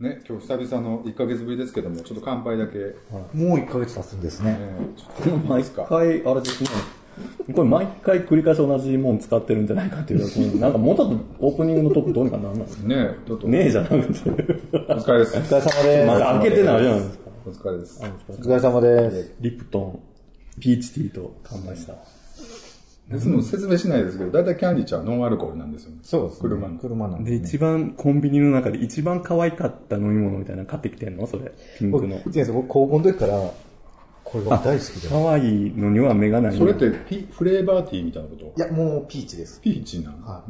ね、今日久々の1ヶ月ぶりですけども、ちょっと乾杯だけ。 もう1ヶ月経つんですね。 毎回、あれですね。これ毎回繰り返し同じもん使ってるんじゃないかっていう。なんかもうちょっとオープニングのトークどうにかなんないねちょっと。 ねえじゃなくて。 お疲れです。 お疲れ様です。 まだ開けてないじゃないですか。 お疲れです。 お疲れ様です。 リプトン、ピーチティーと乾杯した。 説明しないですけど、だいたいキャンディーちゃんはノンアルコールなんですよね。 そうです、 ね。 車なんで、一番コンビニの中で一番可愛かった飲み物みたいなの買ってきてんのそれ。ピンクの。 僕高校の時から、これが大好きで。 可愛いのには目がない。 それってフレーバーティーみたいなこと？ いや、もうピーチです。 ピーチなの？ はい。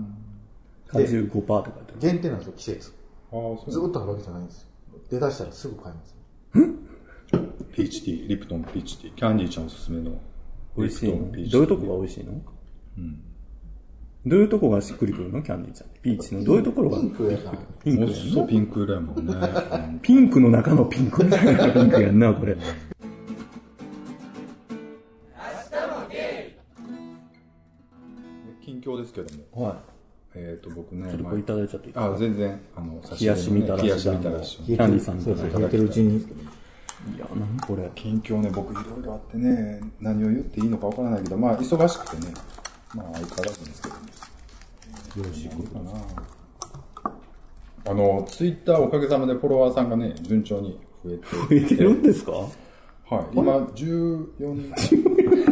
果汁 5% って書いてある。 限定なんですよ、季節。 ああ、そう。 ずっとあるわけじゃないんですよ。出だしたらすぐ買います。 ピーチティー、リプトンピーチティー。キャンディーちゃんおすすめの。 美味しいの？どういうとこが美味しいの？うん。どういうとこがしっくりくるのキャンディーちゃん。ピーチのどういうところがピンクやな。 ピンクやな。そう、ピンク色やもんね。 ピンクの中のピンクみたいなピンクやんな、これ。 近況ですけども。 はい。 僕ね。 ちょっとこれいただいちゃっていいですか？ 全然、 冷やしみたらし。 冷やしみたらし。 キャンディーさんそうですね、冷えてるうちに。 いや、何これ。 近況ね、僕いろいろあってね、何を言っていいのかわからないけど、まあ、忙しくてね、まあ、相変わらずですけどね。よろしくかな。ツイッターおかげさまでフォロワーさんがね、順調に増えてるんですか？ はい。今、14人。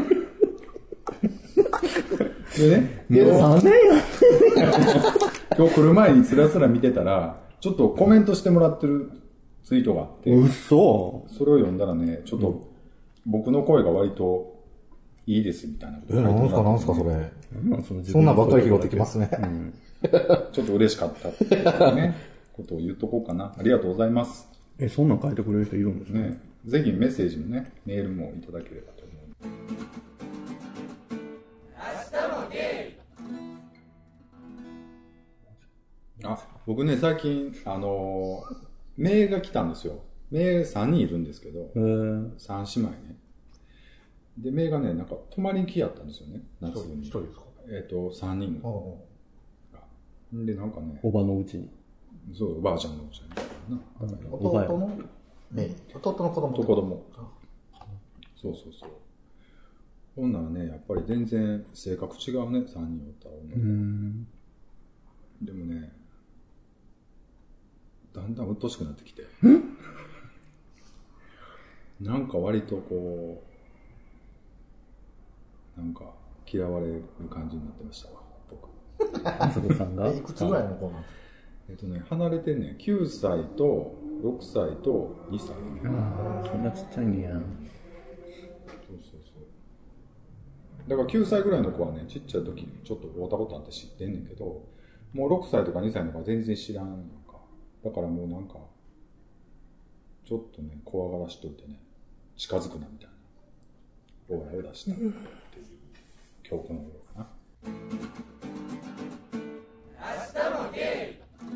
でね、 もう3年や今日来る前につらつら見てたら、ちょっとコメントしてもらってるツイートがあって、 嘘。 それを読んだらね、ちょっと僕の声が割といいですみたいなことなんすかそれ。そんなんばっかり拾ってきますね。 ちょっと嬉しかったっていうね、ことを言っとこうかな。ありがとうございます。 そんなん書いてくれる人いるんですね。 ぜひメッセージもね、メールもいただければと思う。僕ね、最近、名が来たんですよ。名3人いるんですけど、3姉妹ね。で、名がね、なんか泊まりに来やったんですよね、夏に。 1人ですか ？3人が。で、なんかね。 おばのうちに。 そう、おばあちゃんのうちに。 弟のメイ。弟の子供。 子供。そう。ほんならね、やっぱり全然性格違うね、3人おったら女の子。でもね、だんだん鬱陶しくなってきて。なんか割とこう、なんか嫌われる感じになってましたわ、僕。 あそこさんがいくつぐらいの子なんですか？離れてね、9歳と6歳と2歳。 そんなちっちゃいねや。 そう。だから9歳ぐらいの子はね、ちっちゃい時ちょっと会ったことあって知ってんねんけど、もう6歳とか2歳の子は全然知らんのか。だからもうなんか、ちょっとね、怖がらしといてね、近づくなみたいな、オーラを出したっていう教訓のようかな。明日もゲイ。いいけど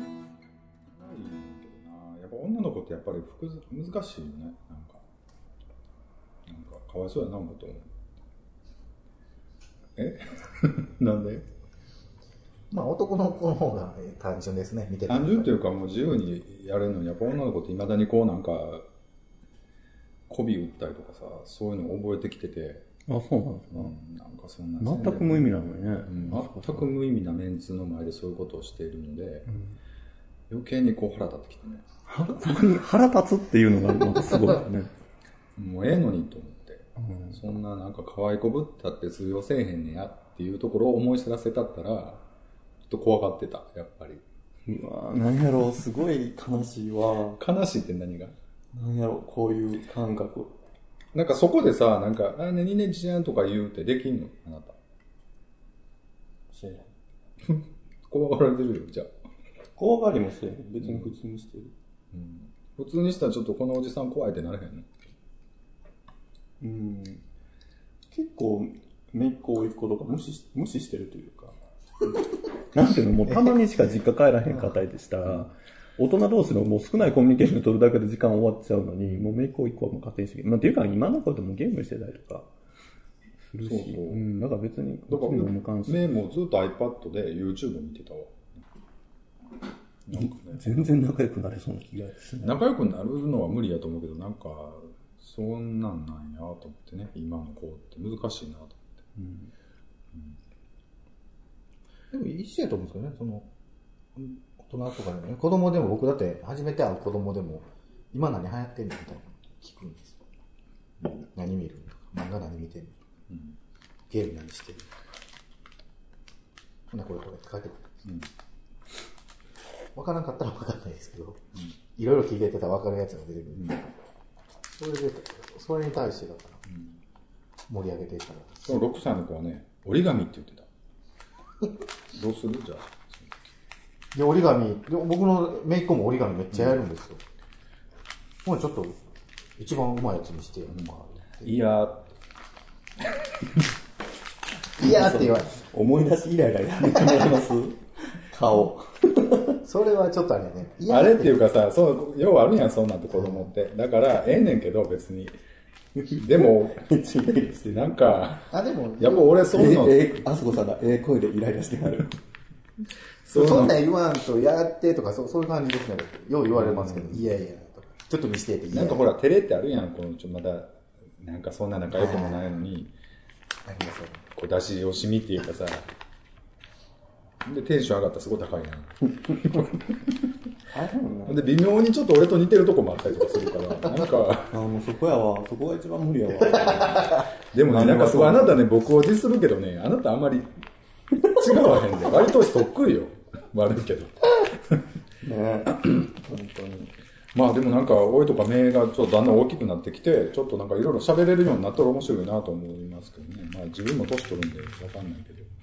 な、やっぱ女の子ってやっぱり難しいよね、なんかかわいそうやな思うと思う。なんで？ まあ男の子の方が単純ですね、見てて。 単純というかもう自由にやれるのに、やっぱ女の子って未だにこうなんか、媚び打ったりとかさ、そういうのを覚えてきてて。 あ、そうなんですか。 なんかそんな。 全く無意味なのにね。 全く無意味なメンツの前でそういうことをしているので、余計にこう腹立ってきてね。 腹立つっていうのがなんかすごいね。 もうええのにと思って。そんななんか可愛いこぶったって通用せえへんねやっていうところを思い知らせたったら、ちょっと怖がってた、やっぱり。 うわぁ、何やろう、すごい悲しいわ。 悲しいって何が？ 何やろう、こういう感覚。 なんかそこでさ、なんか、2年ちゃんとか言うてできんの？あなた。怖がられてるよ、じゃあ。 怖がりもしてる。別に普通にしてる。 普通にしたらちょっとこのおじさん怖いってなれへんの？ 結構、姪っ子甥っ子とか無視してるというか。なんていうの、もうたまにしか実家帰らへん方でしたら、大人同士のもう少ないコミュニケーション取るだけで時間終わっちゃうのに、もう姪っ子甥っ子はもう勝手にしてる。まあ、っていうか今の子でもゲームしてたりとかするし。だから別に、 だから、姪もずっと iPad で YouTube 見てたわ。 なんかね、 全然仲良くなれそうな気がしない。 仲良くなるのは無理やと思うけど、なんか、そんなんなんやと思ってね、今の子って難しいなと思って。 でも一緒やと思うんですけどね、その、大人とかでもね、子供でも僕だって初めて会う子供でも、今何流行ってんのみたいな聞くんですよ。何見るのとか、漫画何見てんのとか、ゲーム何してるのとか。ほな、これって書いてくるんですよ。分からなかったら分からないですけど、いろいろ聞いてたら分かるやつが出てくる。それに対してだから、盛り上げていったら。 その6歳の子はね、折り紙って言ってた。どうするじゃあ。 で、折り紙、僕の姪っ子も折り紙めっちゃやるんですよ。もうちょっと、一番うまいやつにしてやるのか。 いやいやって言われ思い出しイライラやめてもらいます顔。 それはちょっとあれね。 あれっていうかさ、そう、要はあるやん、そんなんて子供って。だから、ええねんけど、別に。でも、なんか、 でも、 やっぱ俺そういうの。 あすこさんが声でイライラしてはる。 そんなん言わんとやってとか、そういう感じですね。よう言われますけど、いやいや、ちょっと見せてって言なんかほら、照れってあるやん、このまだ、なんかそんな仲良くもないのに、こう出し惜しみっていうかさ、で、テンション上がったらすごい高いな。で、微妙にちょっと俺と似てるとこもあったりとかするから、なんか。 もうそこやわ。そこが一番無理やわ。 でもね、なんかすごいあなたね、僕をディスるけどね、あなたあんまり違わへんで、割とそっくりよ。悪いけど。 ね本当に。 まあでもなんか、おいとか目がちょっとだんだん大きくなってきて、ちょっとなんかいろいろ喋れるようになったら面白いなと思いますけどね。まあ自分も年取るんでわかんないけど。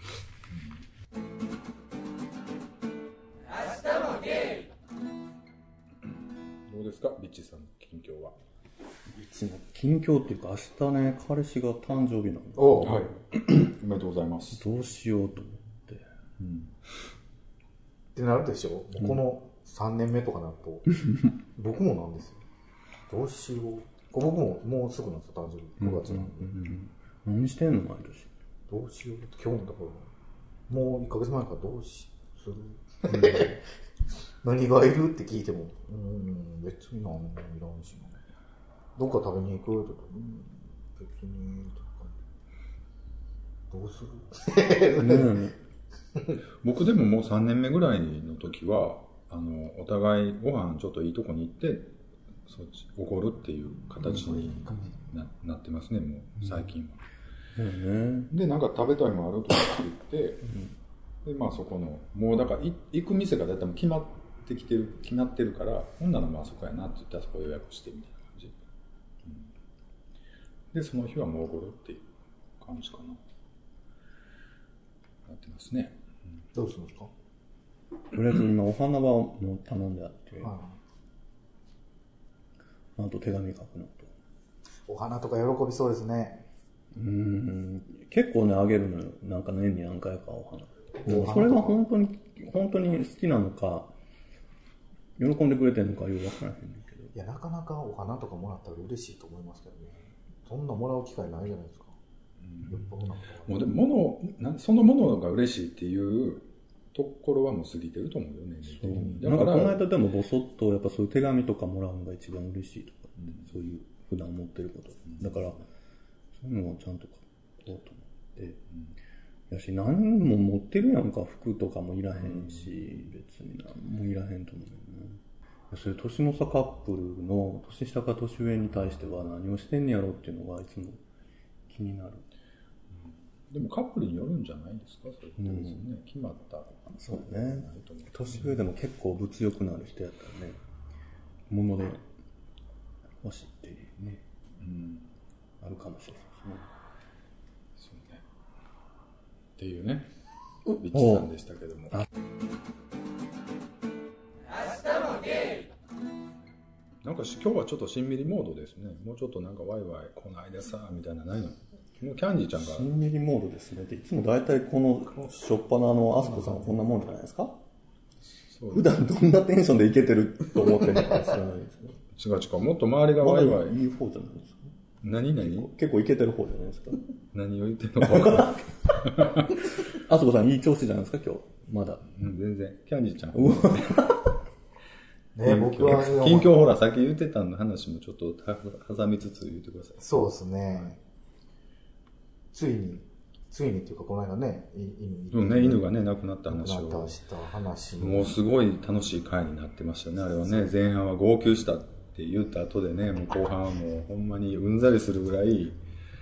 どうですか、ビッチさんの近況は。 近況っていうか、明日ね、彼氏が誕生日なんで。 はい。おめでとうございます。 どうしようと思って。 ってなるでしょ、この3年目とかなると、僕もなんですよ。どうしよう。僕ももうすぐなんですよ、誕生日。5月なんで。 何してんの、毎年。 どうしよう。今日のところ、もう1ヶ月前からどうする何がいるって聞いても、別に何もいらんしな。どっか食べに行くとか、別に、とか。どうする僕でももう3年目ぐらいの時は、お互いご飯ちょっといいとこに行って、そっち、おごるっていう形になってますね、もう最近は。で、なんか食べたいものあるとかって言って、で、まあそこの、もうだから行く店がだいたい決まってるから、ほんならまあそこやなって言ったらそこ予約してみたいな感じ。で、その日はもうおごるっていう感じかな。やってますね。 どうするんですか？ とりあえず今お花はもう頼んであって、あと手紙書くのと。 お花とか喜びそうですね。 結構ね、あげるのよ。なんか年に何回かお花。でもそれが本当に好きなのか、喜んでくれてるのかよくわからへんねんけど。 いや、なかなかお花とかもらったら嬉しいと思いますけどね。そんなもらう機会ないじゃないですか。 もうでもそのものが嬉しいっていうところはもう過ぎてると思うよね。 だからこの間でもボソッとやっぱそういう手紙とかもらうのが一番嬉しいとか、そういう普段思ってること。だからそういうのをちゃんと書こうと思って。やし何も持ってるやんか、服とかもいらへんし、別に何もいらへんと思うよね。そういう年の差カップルの年下か年上に対しては何をしてんねやろっていうのがいつも気になる。 でもカップルによるんじゃないですか、それってですね。決まった。 そうね。年上でも結構物欲のある人やったらね、物で欲しいっていうね、あるかもしれないですね。 そうね。っていうね、ビッチさんでしたけども。なんか今日はちょっとしんみりモードですね。もうちょっとなんかワイワイこの間さみたいなないの？もうキャンディーちゃんがしんみりモードですね。いつも大体このしょっぱなのあすこさんはこんなもんじゃないですか？普段どんなテンションでいけてると思ってるのか知らないですけど。 違う、もっと周りがワイワイ。 いい方じゃないですか。 何結構いけてる方じゃないですか。 何を言ってるのか分からない。 あそこさんいい調子じゃないですか、今日。まだ。 うん、全然。キャンディーちゃん。 ね、僕は、 近況ほら、さっき言ってたの話もちょっと挟みつつ言ってください。 そうですね。ついにっていうか、この間ね、 犬がね、亡くなった話を。 亡くなった話もうすごい楽しい回になってましたね、あれはね。前半は号泣したって言った後でね、もう後半はもうほんまにうんざりするぐらい、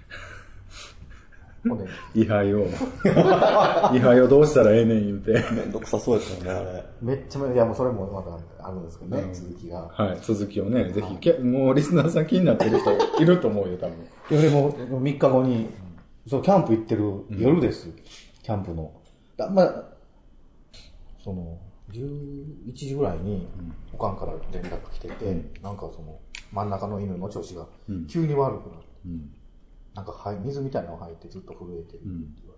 位牌をどうしたらええねん言うて。 めんどくさそうですよね、あれ。 めっちゃ、いやもうそれもまたあるんですけどね、続きが。 はい、続きをね、ぜひ、もうリスナーさん気になってる人いると思うよ、多分。 いやでも、3日後に、そう、キャンプ行ってる夜です。キャンプの。まあ、その、11時ぐらいに、おかんから連絡来てて、なんかその、真ん中の犬の調子が急に悪くなって、なんか水みたいなのが入ってずっと震えてるって言わ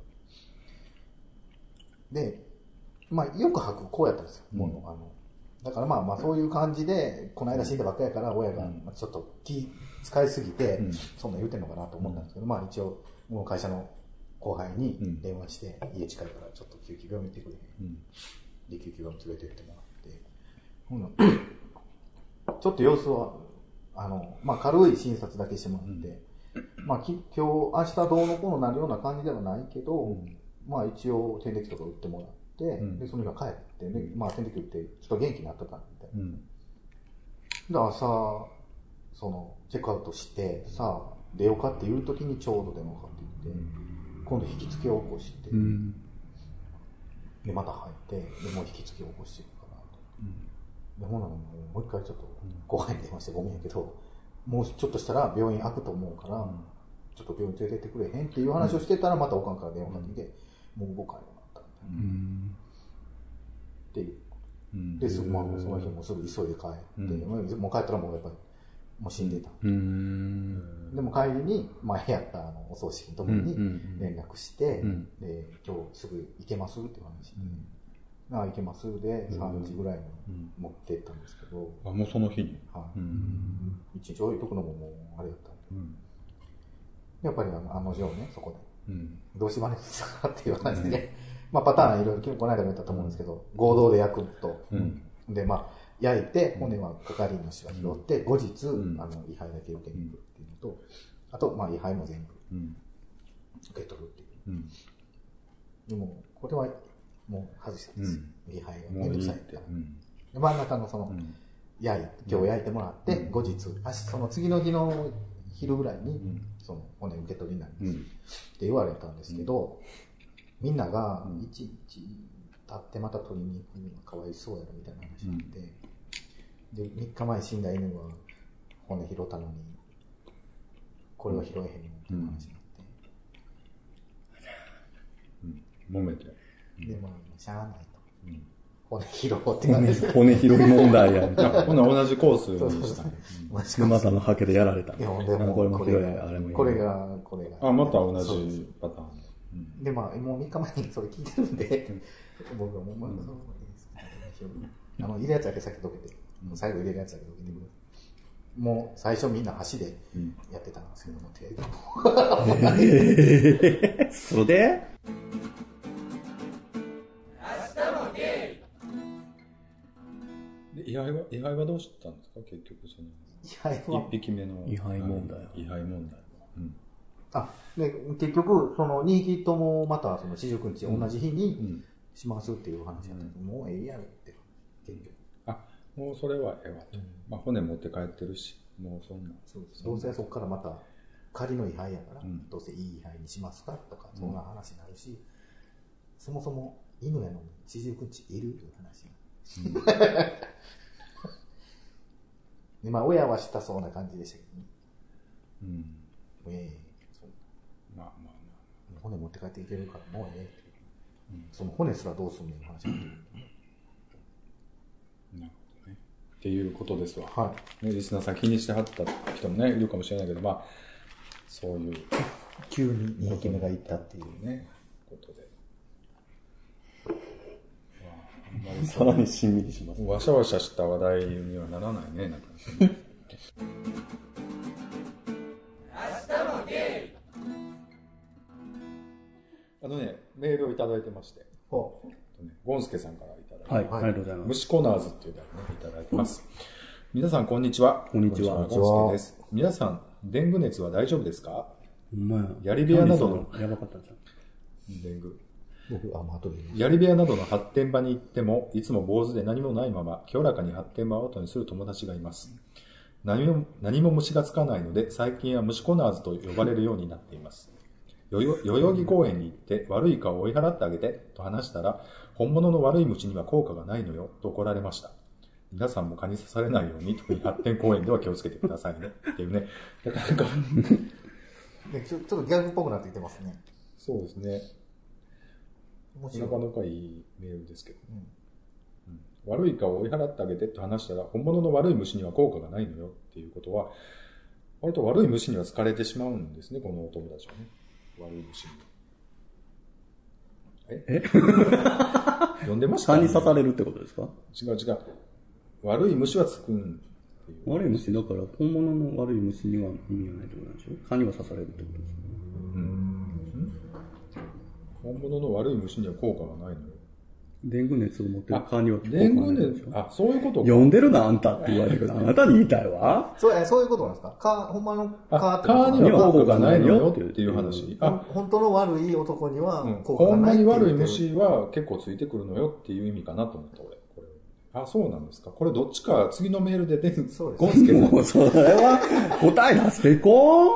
れて。で、まあ、よく吐く子やったんですよ、だからまあそういう感じで、この間死んだばっかりやから、親がちょっと気使いすぎて、そんな言うてんのかなと思ったんですけど、まあ一応、もう会社の後輩に電話して、家近いからちょっと救急病院行ってくれ。で、救急病院連れて行ってもらって、ちょっと様子は、まあ軽い診察だけしてもらって、まあ今日、明日どうのこうのなるような感じではないけど、まあ一応点滴とか打ってもらって、で、その日は帰って、で、まあ点滴打ってちょっと元気になってたみたいな。で、朝、その、チェックアウトして、さあ、出ようかっていう時にちょうど電話かかってきて、今度引き付けを起こして、で、また入って、で、もう引き付けを起こしてるから、で、ほんならもう一回ちょっと後輩に電話してごめんやけど、もうちょっとしたら病院開くと思うから、ちょっと病院連れてってくれへんっていう話をしてたら、またおかんから電話が来て、もう動かんようになったみたいな。っていう。で、すぐ、まあ、その日もすぐ急いで帰って、もう帰ったらもうやっぱり、もう死んでた。でも帰りに、前やったお葬式のところに連絡して、で、今日すぐ行けますっていう話で、行けますで、3時ぐらいに持って行ったんですけど。 あ、もうその日にはい。一日置いとくのももう、あれやったんで。やっぱり女ね、そこで。どうしまねですかっていう話で、まあパターンいろいろ、この間も言ったと思うんですけど、合同で焼くと。で、まあ、焼いて、骨は係員の人が拾って、後日、位牌だけ受けに行くっていうのと、あと、まあ、位牌も全部、受け取るっていう。でも、これは、もう外したんです。位牌がめんどくさいって。で、真ん中のその、今日焼いてもらって、後日、その次の日の昼ぐらいに、その骨受け取りになります。って言われたんですけど、みんなが、いちいち経ってまた取りに行くのがかわいそうやろみたいな話になって、で、3日前死んだ犬は骨拾ったのに、これは拾えへんのっていう話になって。 揉めて。 で、まあ、しゃあないと。骨拾おうって感じです。 骨拾い問題やん。 ほな同じコースにした。 で、またのハケでやられた。 いや、ほんでこれも拾い、あれもこれが。 あ、また同じパターン。 で、まあ、もう3日前にそれ聞いてるんで、僕はもう、まあ、そういいです。入れるやつだけ先どけて、最後入れるやつだけどけてくる。もう最初みんな箸でやってたんですけども、手で。それで位牌はどうしたんですか結局その。 位牌は 1匹目の。 位牌問題。 位牌問題。 で、結局、その2匹ともまたその49日同じ日にしますっていう話だったけど、もうええやろって、結局。 もうそれはええわと。まあ骨持って帰ってるし、もうそんな。 どうせそこからまた仮の位牌やから、どうせいい位牌にしますかとか、そんな話になるし、そもそも犬やのに49日いるという話。で、まあ親はしたそうな感じでしたけどね。 まあ。 骨持って帰っていけるからもうええ。その骨すらどうすんねん話になってる。 なるほどね。っていうことですわ。 はい。 リスナーさん気にしてはった人もね、いるかもしれないけど、まあ、そういう。 急に2匹目がいったっていうね、 ことで。 さらにしんみりします。 わしゃわしゃした話題にはならないね、なんか。 メールをいただいてまして。 ほゴンスケさんからいただいて。 はい、ありがとうございます。 虫コナーズっていうのをね、いただいてます。皆さん、こんにちは。 こんにちは。 ゴンスケです。皆さん、デング熱は大丈夫ですか？ ほんまや。 やり部屋などの、 やばかったじゃん。 デング。 僕、後で言います。 やり部屋などの発展場に行っても、いつも坊主で何もないまま、清らかに発展場を後にする友達がいます。何も虫がつかないので、最近は虫コナーズと呼ばれるようになっています。代々木公園に行って悪い顔を追い払ってあげてと話したら、本物の悪い虫には効果がないのよと怒られました。皆さんも蚊に刺されないように、特に発展公園では気をつけてくださいね。っていうね。なかなかちょっとギャグっぽくなってきてますね。 そうですね。 面白い。 なかなかいいメールですけど。悪い顔を追い払ってあげてと話したら、本物の悪い虫には効果がないのよっていうことは、割と悪い虫には疲れてしまうんですね、このお友達はね。悪い虫に。読んでました、 蚊に刺されるってことですか？ 違う。悪い虫はつくんっていう。 悪い虫、だから本物の悪い虫には意味がないってことなんでしょ？蚊には刺されるってことですか？ 本物の悪い虫には効果がないのよ。 デング熱を持ってる蚊には効果がデングないんでしょ？ 熱、そういうことか。 読んでるな、あんたって言われるけど、あなたに言いたいわ。 そういうことなんですか？ほんまの蚊ってこと蚊には効果がないのよっていう話。 本当の悪い男には効果ほんまがないって言ってる。 に悪い虫は結構ついてくるのよっていう意味かなと思った俺。これそうなんですか。これどっちか次のメールでそうですゴンスケさん。 もうそれは答え出していこう。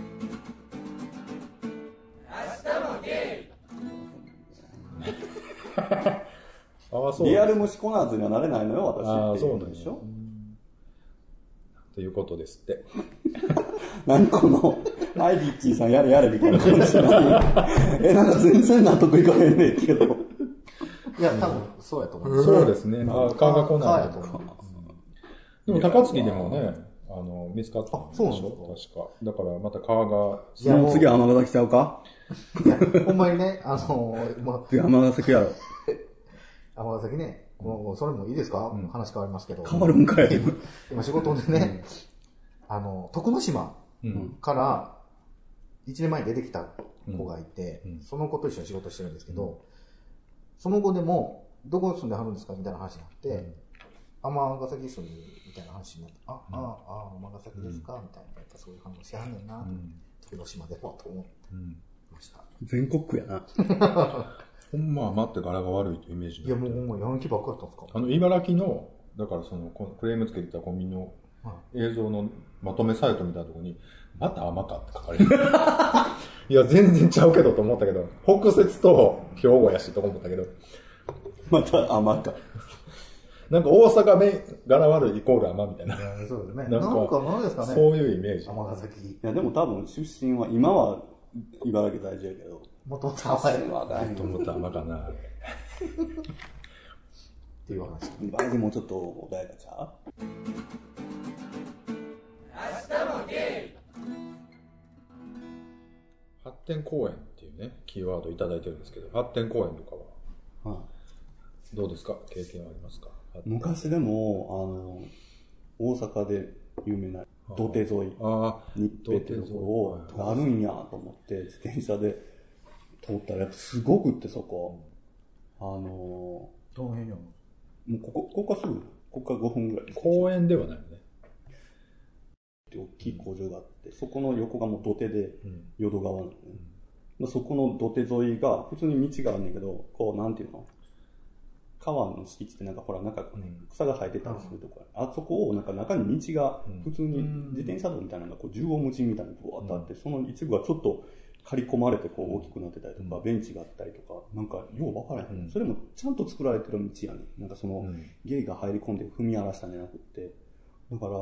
そうリアル虫コナーズにはなれないのよ、私っていうことでしょ？ ということですって。 何この、アイビッチーさんやれやれみたいな感じで。なんか全然納得いかへんねんけど。 いや、多分そうやと思う。 そうですね。蚊が来ないと。 と思う。 でも高槻でもね、見つかったんでしそうなんょ？確か。だからまた蚊が。 その次は尼崎ちゃうか？ ほんまにね、 次は尼崎やろ。 尼崎ね、それもいいですか？話変わりますけど。 変わるんかい。 今仕事でね、徳之島から1年前に出てきた子がいて、その子と一緒に仕事してるんですけど、その後でも、どこ住んではるんですかみたいな話になって、尼崎住んでるみたいな話になって、尼崎ですかみたいな、やっぱそういう話しはんねんな、徳之島でもと思ってました。 全国区やな。 ほんま待って柄が悪いというイメージ。 いやもうほんまヤンキーばっかりだったんですか？ 茨城の、だからそのクレームつけてたコンビニの映像のまとめサイトみたいなところに、また甘かって書かれてる。いや、全然ちゃうけどと思ったけど、北摂と兵庫やしと思ったけど。 また甘か。 なんか大阪弁柄悪いイコール甘みたいな。 そうですね。 なんか何ですかね。 そういうイメージ。 尼崎。 いやでも多分出身は、今は茨城在住やけど。 もともと甘い。 と思ったら甘かな。 っていう話。 茨城もうちょっと穏やかちゃう？ 発展公園っていうね、キーワードいただいてるんですけど、発展公園とかは、どうですか？経験はありますか？ 昔でも、大阪で有名な土手沿い、日平っていうところをあるんやと思って、自転車で通ったらやっぱすごくってそこ。 どの辺にあるの？ もうここからすぐ、ここから5分ぐらい。 公園ではないよね。 大きい工場があって、そこの横がもう土手で、淀川なのね。そこの土手沿いが、普通に道があるんだけど、こう、なんていうの？川の敷地ってなんかほら、なんか草が生えてたりするところ、あそこをなんか中に道が、普通に自転車道みたいなのがこう縦横無尽みたいなこう当たって、その一部がちょっと刈り込まれてこう大きくなってたりとか、ベンチがあったりとか、なんかようわからへん。それもちゃんと作られてる道やねん。なんかその、ゲイが入り込んで踏み荒らしたんじゃなくって、だから、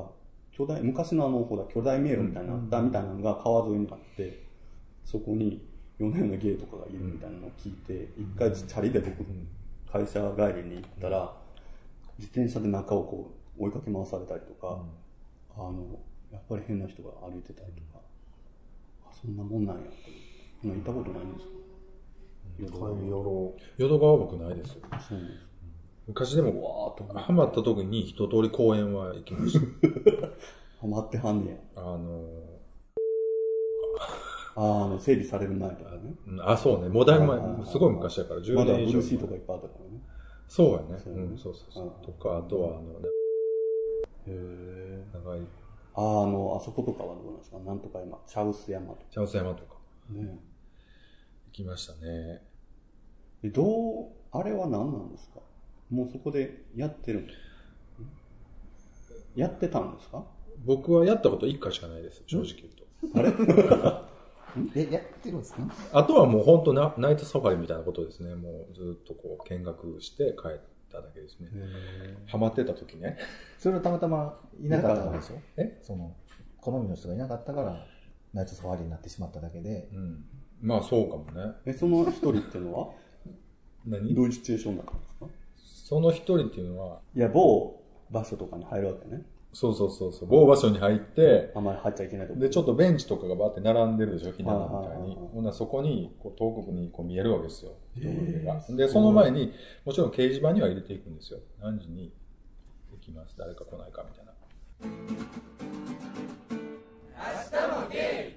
昔のほら、巨大迷路みたいなのあったみたいなのが川沿いにあって、そこに夜な夜なゲイとかがいるみたいなのを聞いて、一回チャリで僕、会社帰りに行ったら、自転車で中をこう追いかけ回されたりとか、やっぱり変な人が歩いてたりとか、そんなもんなんやって。行ったことないんですか？ 淀川は僕ないです。 そうなんです。 昔でも、ハマった時に一通り公園は行きました。 ハマってはんねや。 整備される前とかね。 あ、そうね。もうだいぶ前、すごい昔だから、10 まだ年以上。 ブルーシートがいっぱいあったからね。 そうやね。 そうやねそうそうそう。とか、あとは、長い。 あそことかはどうなんですか？なんとか山、茶臼山とか。 茶臼山とか。 ね。 行きましたね。 あれは何なんですか？もうそこでやってるやってたんですか？ 僕はやったこと1回しかないです、正直言うと。 あれやってるんですか？ あとはもう本当ナイトサファリみたいなことですね。もうずっとこう見学して帰っただけですね。ハマってた時ね。 それはたまたまいなかったからでしょ？ え？ 好みの人がいなかったから、ナイトサファリになってしまっただけで。 うん。まあそうかもね。 その一人っていうのは何？ どういうシチュエーションだったんですか？ その一人っていうのは、 いや、某場所とかに入るわけね。 そう。某場所に入って、 あんまり入っちゃいけないとこ。 で、ちょっとベンチとかがバーって並んでるでしょ、ひな壇みたいに。 はいほんならそこに、こう遠くにこう見えるわけですよ。で、その前に、もちろん掲示板には入れていくんですよ。何時に行きます、誰か来ないかみたいな。 明日もゲ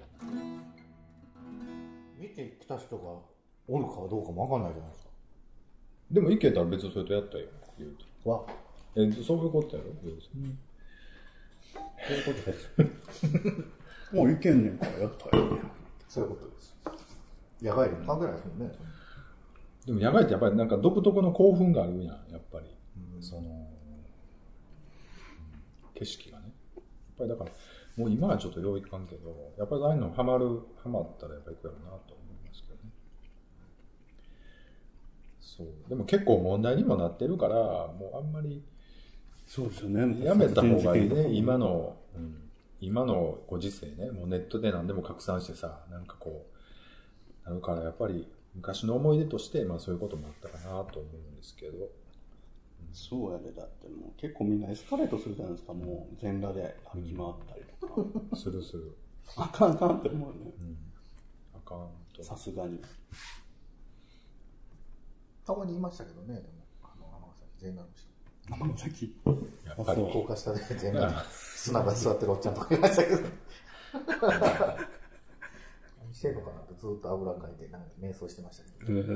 イ見てきた人がおるかどうかもわかんないじゃないですか。 でも行けたら別にそれとやったよ、言うと。 わ、 そういうことやろ、別に。 そういうことです。 もういけんねんからやったよ。 そういうことです。やばいね、考えないですもんね。 でも野外ってやっぱりなんか独特の興奮があるやん、やっぱり。景色がね。やっぱりだから、もう今はちょっとよういかんけど、やっぱりああいうのハマったらやっぱり行くやろうなと思いますけどね。そう。でも結構問題にもなってるから、もうあんまり、 そうですよね。 やめた方がいいね。今のご時世ね、もうネットで何でも拡散してさ、なんかこう、なるからやっぱり昔の思い出として、まあそういうこともあったかなと思うんですけど。 そうやで、だってもう結構みんなエスカレートするじゃないですか、もう全裸で歩き回ったりとか。 する。 あかんあかんって思うよね。 あかんと。 さすがに。 たまにいましたけどね、でも、全裸の人。 尼崎。 やっぱり。 高架下で全裸に砂が座ってるおっちゃんとかいましたけど。してんのかなってずっとあぐらかいて、なんか瞑想してましたけど。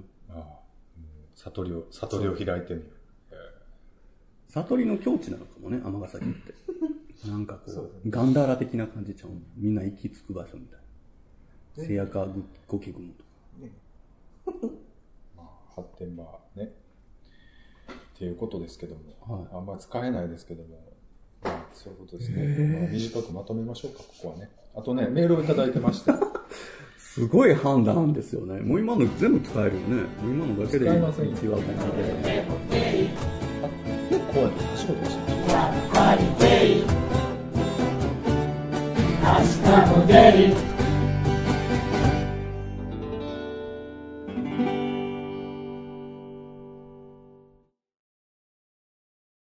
悟りを開いてる。 悟りの境地なのかもね、尼崎って。なんかこう、ガンダーラ的な感じちゃう。みんな行き着く場所みたいな。せやかごき雲とか。 まあ、発展場ね。っていうことですけども、 はい、 あんまり使えないですけども、まあ、そういうことですね。まあ、短くまとめましょうか、ここはね。あとね、メールをいただいてまして。 すごい判断ですよね。もう今の全部使えるよね。もう今のだけで使えませんよ。 一話も聞いてる。 こうやって仕事をしてる。 明日もゲイ